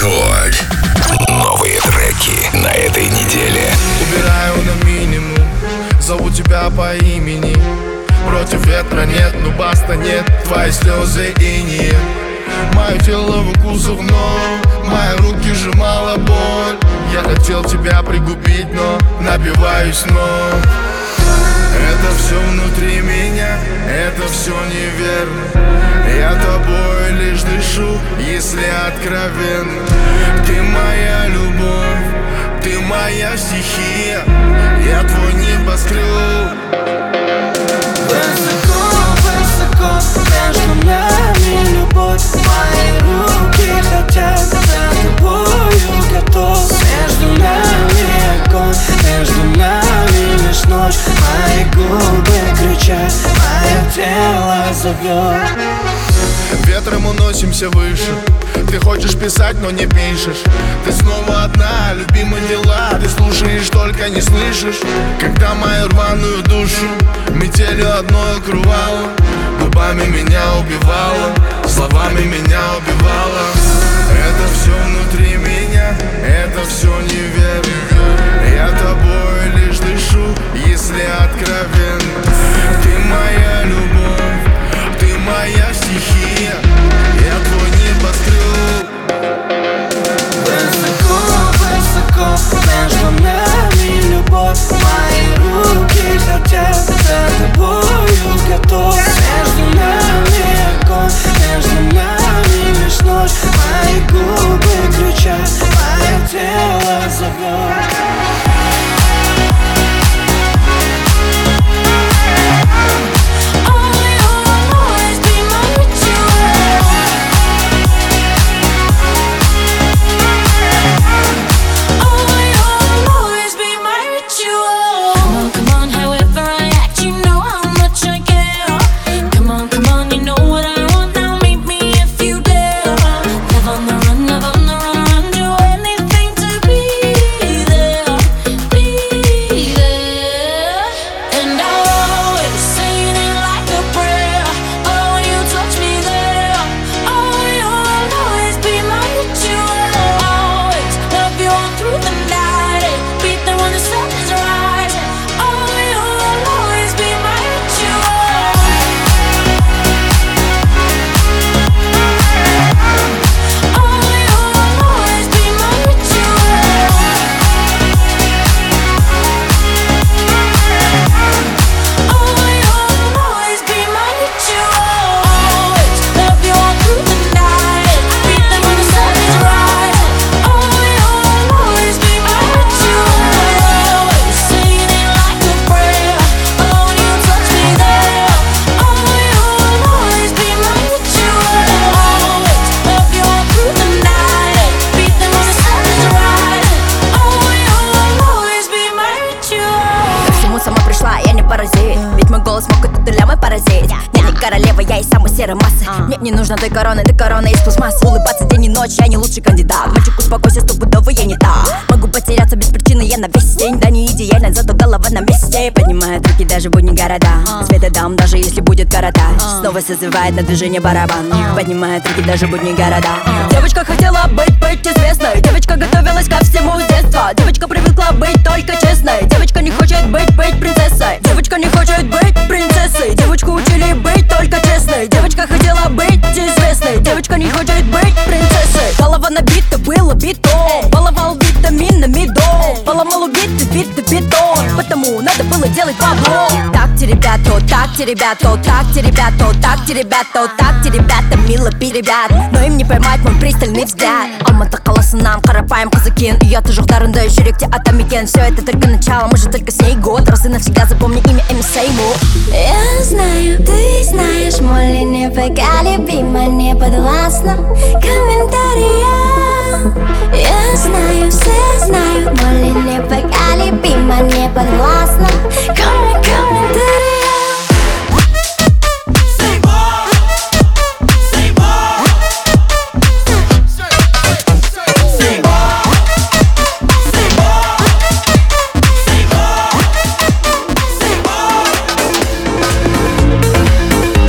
Рекорд. Новые треки на этой неделе. Убираю на минимум, зову тебя по имени. Против ветра нет, ну баста нет, твои слезы инея. Мое тело в укусах, но мои руки сжимала боль. Я хотел тебя пригубить, но напиваюсь снова. Это все внутри меня, это все неверно. Я тобой лишь дышу, если откровенно. Ты моя любовь, ты моя стихия, я твой небоскреб. Высоко, высоко между нами любовь. Мои руки хотят за тобою готов. Между нами огонь, между нами лишь ночь. Мои губы кричат, мое тело зовет. Ветром уносимся выше. Ты хочешь писать, но не пишешь. Ты снова одна, любимые дела. Ты слушаешь, только не слышишь. Когда мою рваную душу метелью одной укрывала, губами меня убивала, словами меня убивала. Это все внутри меня, это все неверно. Я тобой лишь дышу, если откровенно. Ты моя любовь, ты моя стихия, я твой небоскреб. Высоко, высоко между нами любовь. Мои руки хотят за тобою готов. Между нами огонь, между нами лишь ночь. Мои губы кричат, мое тело зовет. Мне не нужно той короны из пластмассы. Улыбаться день и ночь, я не лучший кандидат. Мальчик, успокойся, стопудово я не так. Могу потеряться без причины, я на весь день. Да не идеально, зато голова на месте. Поднимает руки даже в будни города. Света дам, даже если будет корота. Снова созывает на движение барабан. Поднимает руки даже в будни города. Девочка хотела быть известной. Девочка готовилась ко всему с детства. Девочка привыкла быть только честной. Девочка не хочет быть принцессой. Девочка не хочет быть принцессой. Девочку учили быть только честной. Девочка хотела быть известной. Девочка не хочет быть принцессой. Голова набита, было битом. Баловал витаминами дом. Поломал убитый бетон. Потому надо было делать бабло. Так-те, ребята, так-те, ребята, так-те, ребята, так-те, ребята, так-те, ребята, мило пить, ребят. Но им не поймать мой пристальный взгляд. Алматы қаласынан қарапайым қыз екен. Ұяты жоқтарында жүректе атам екен. Все это только начало, мы же только с ней год. Раз и навсегда запомни имя Эмисейму. Я знаю, ты знаешь, мой линия пока любима не подвластна комментариям. Я знаю, все знают, мой линия пока любима не подвластна комментариям.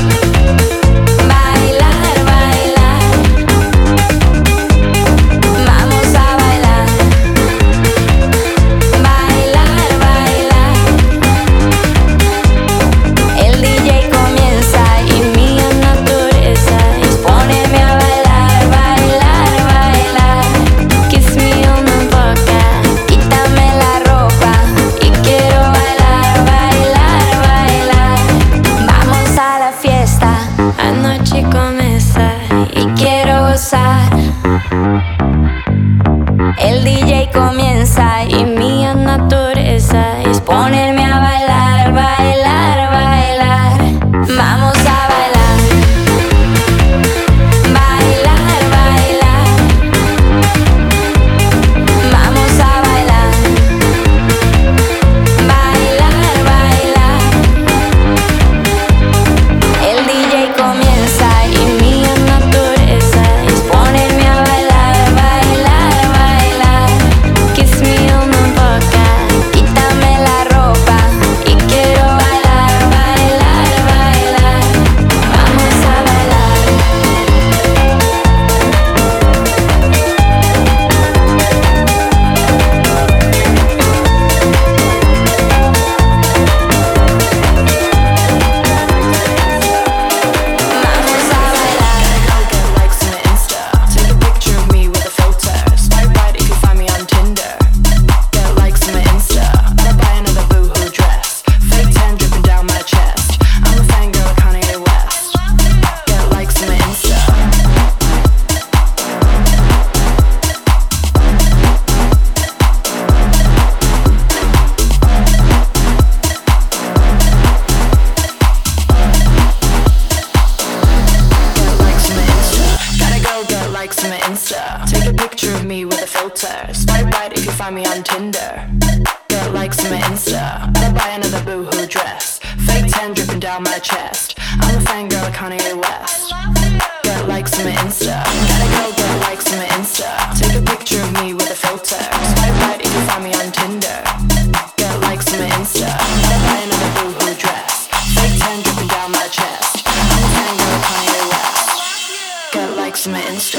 Bailar, bailar. El DJ comienza y mi naturaleza es ponerme a bailar, bailar, bailar. Vamos a bailar, bailar, bailar. Vamos a bailar, bailar, bailar. El DJ comienza y mi naturaleza es ponerme a bailar, bailar, bailar. Kiss me on the boca, quítame la ropa y quiero bailar, bailar, bailar. Vamos a bailar. Vamos a bailar. Get likes on the Insta. Take a picture of me with a filter. Swipe right if you find me on Tinder. Get likes on the Insta. I'll buy another boohoo dress. Fake tan dripping down my chest. I'm a fangirl of Kanye West. Get likes on the Insta. Get likes on the Insta. Gotta go get likes on the Insta. Take a picture of me with a filter. Swipe right if you find me on Tinder. Get likes on the Insta. I'll buy another boohoo dress. Fake tan dripping down my chest. I'm a fangirl of Kanye West. Get likes on the Insta. Gotta go get likes on the Insta. Take a picture of me with a filter. Swipe right if you find me on Tinder. Get likes on the Insta. I'll buy another boohoo dress. Fake tan dripping down my chest. I'm a fangirl of Kanye West. Get likes on the Insta.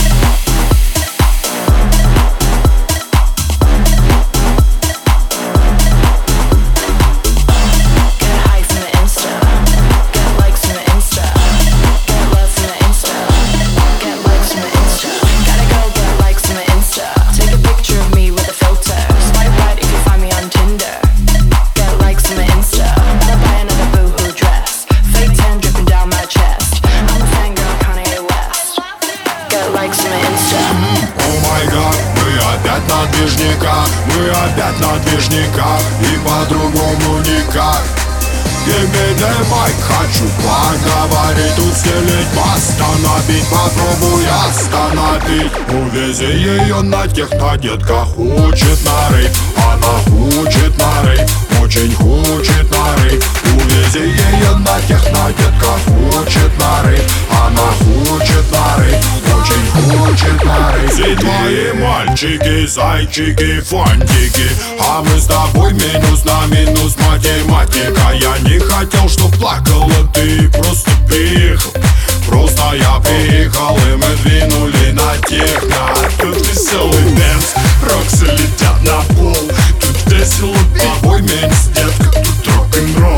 Get high from the Insta. Get likes from the Insta. Get love from the Insta. Get likes from the Insta. Gotta go get likes from the Insta. Take a picture of me with a filter. Swipe right if you find me on Tinder. Get likes from the Insta. I'll buy another boohoo dress. Fake tan dripping down my chest. I'm a fangirl of Kanye West. Get likes from the Insta. О май гад, мы опять на движниках, мы опять на движниках, и по-другому никак. Give me the mic, хочу поговорить, тут стелить, остановить, попробуй остановить. Увези ее на техно, детка хочет на рейв, она хочет на рейв, очень хочет на рейв. Увези ее на техно, детка хочет на рейв, она хочет на рейв, очень хочет на рейв. Все твои мальчики, зайчики, фантики, а мы с тобой минус на минус математика. Я не хотел, чтоб плакала ты, просто приехал. Просто я приехал, и мы двинули на техно. Тут веселый дэнс, роксы летят на пол. Тут весело, тобой минус, детка, тут рок-н-ролл.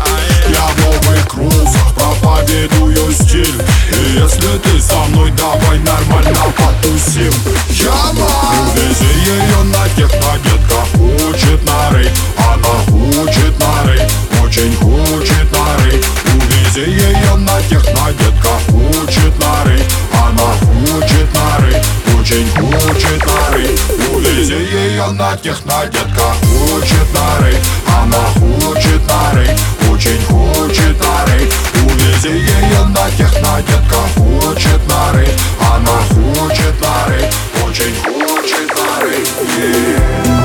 Я в новых крузах проповедую стиль. И если ты со мной, давай нормально потусим. Увези ее на техно, детка хочет на рейв, она хочет на рейв, очень хочет на рейв. Увези ее на техно, детка хочет на рейв, она хочет на рейв, очень хочет на рейв. Увези ее на техно, детка хочет на рейв, она хочет на рейв, очень хочет на рейв. Увези ее на техно, детка хочет на рейв, она хочет на рейв, очень хочет на рейв.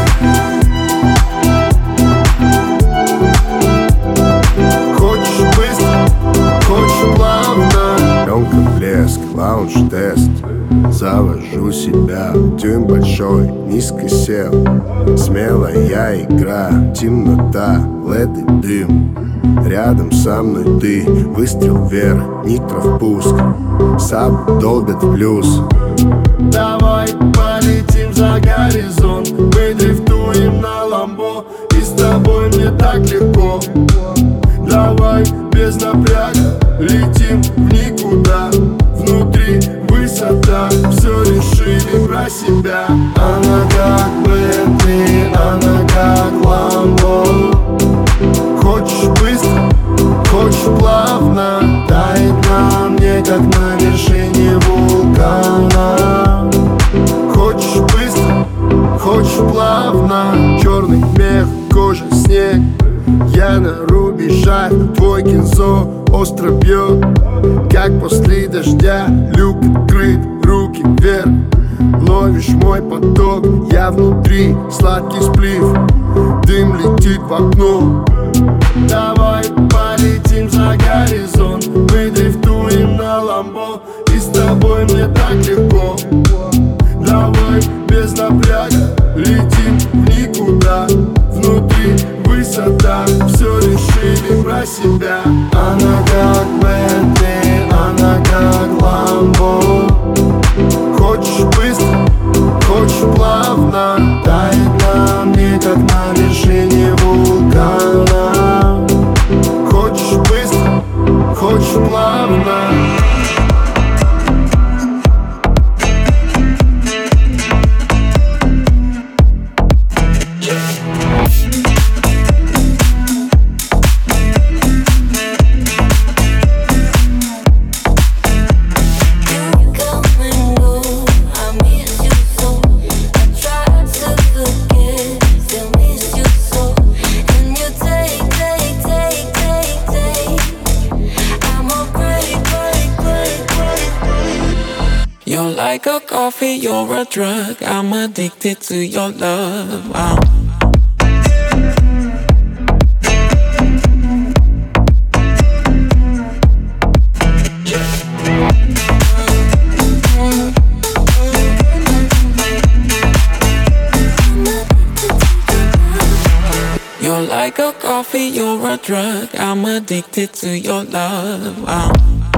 Хочешь быстро, хочешь плавно. Пленка, блеск, лаунж-тест. Завожу себя, тюн большой, низко сел. Смелая игра, темнота, лед и дым. Рядом со мной ты, выстрел вверх, нитро впуск. Саб долбят в плюс. Давай полетим за горизонт, мы дрифтуем на ламбо, и с тобой мне так легко. Давай без напряга летим в никуда, внутри высота, все решили про себя. Она как Бентли, она как Ламбо. Хочешь быстро, хочешь плавно, тает на мне, как на вершине вулкана. Хочешь быстро, остро бьет, как после дождя. Люк открыт, руки вверх, ловишь мой поток. Я внутри, сладкий сплив, дым летит в окно. Давай полетим за горизонт, мы дрифтуем на ламбо, и с тобой мне так легко. Давай без напряга летим в никуда, внутри высота, все решили про себя. Она как Бентли, она как Ламбо. Хочешь быстро, хочешь плавно, тает на мне, как на вершине вулкана. Хочешь быстро, хочешь плавно. You're like a coffee, you're a drug. I'm addicted to your love. You're like a coffee, you're a drug. I'm addicted to your love.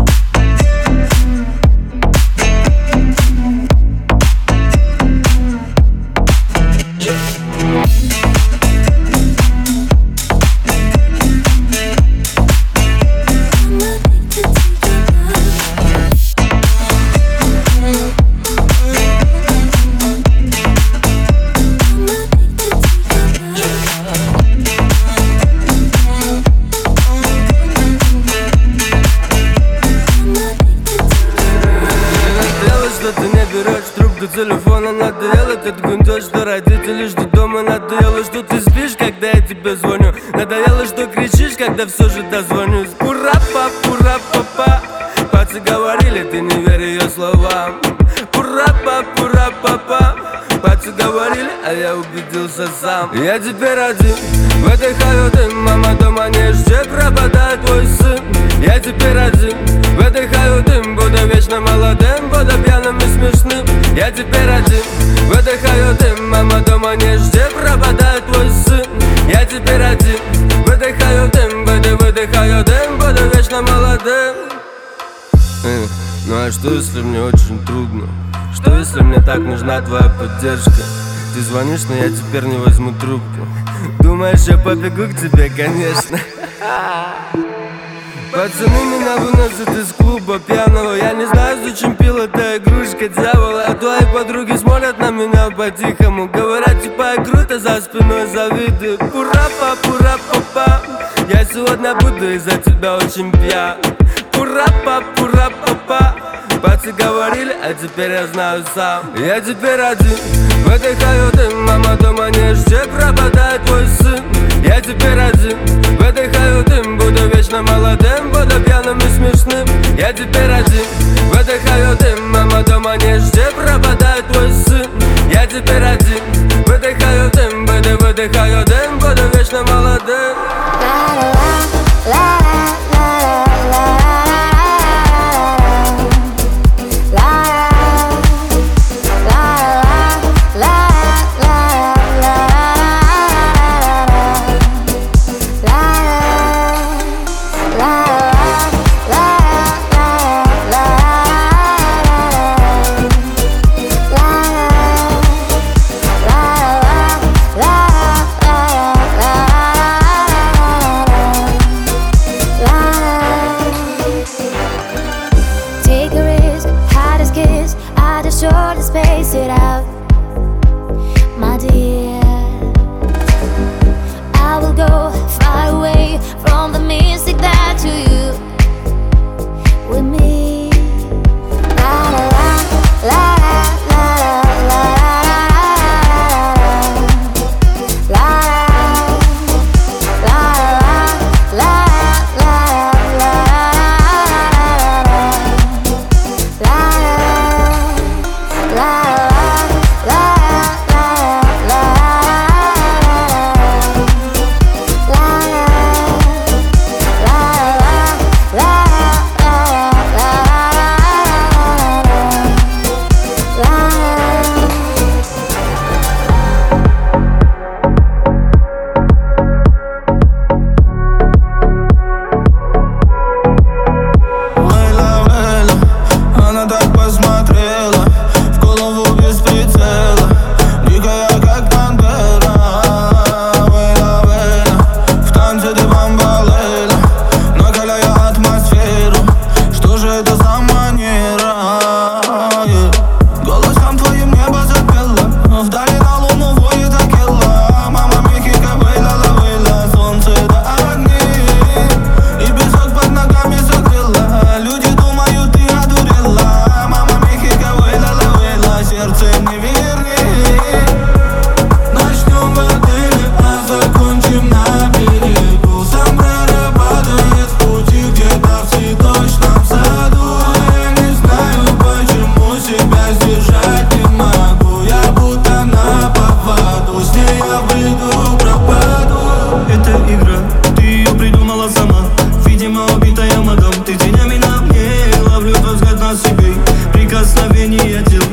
Телефона надоело, этот гундёж, что родители ждут дома. Надоело, что ты спишь, когда я тебе звоню. Надоело, что кричишь, когда все же дозвонюсь. Пура-па-пура-па-па. Пацы говорили, ты не верь ее словам. Пура-па-пура-па-па. Пацы говорили, а я убедился сам. Я теперь один в этой хаюте. Мама дома не ждет, пропадает твой сын. Я теперь один в этой хаюте. Буду вечно молодым, буду пьяным и смешным. Я теперь один в этой хаюте. Мама дома не ждет, пропадает твой сын. Я теперь один в этой хаюте. В этой хаюте, буду вечно молодым. Ну а что если мне очень трудно? Что если мне так нужна твоя поддержка? Ты звонишь, но я теперь не возьму трубку. Думаешь, я побегу к тебе, конечно. Пацаны меня выносят из клуба пьяного. Я не знаю, зачем пил эта игрушка дьявола. А твои подруги смотрят на меня по-тихому. Говорят, типа я круто, за спиной завидуют. Пура-па-пура-па-па. Я сегодня буду из-за тебя очень пьян. Пура-па-пура-па-па. Пацы говорили, а теперь я знаю сам. Я теперь один в этой хаюте. Мама дома не ждет, пропадает твой сын. Я теперь один в этой хаюте. Буду вечно молодым, буду пьяным и смешным. Я теперь один в этой хаюте. Мама дома не ждет, пропадает твой сын. Я теперь один в этой хаюте. Буду в этой хаюте, буду вечно молодым.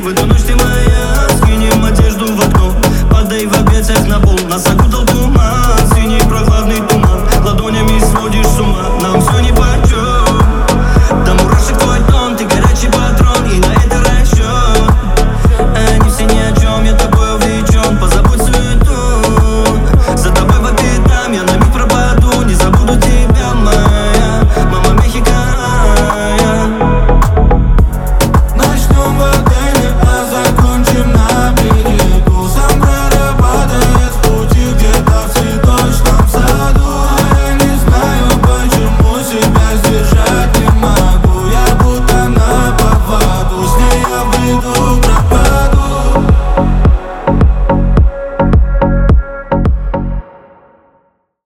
в эту ночь ты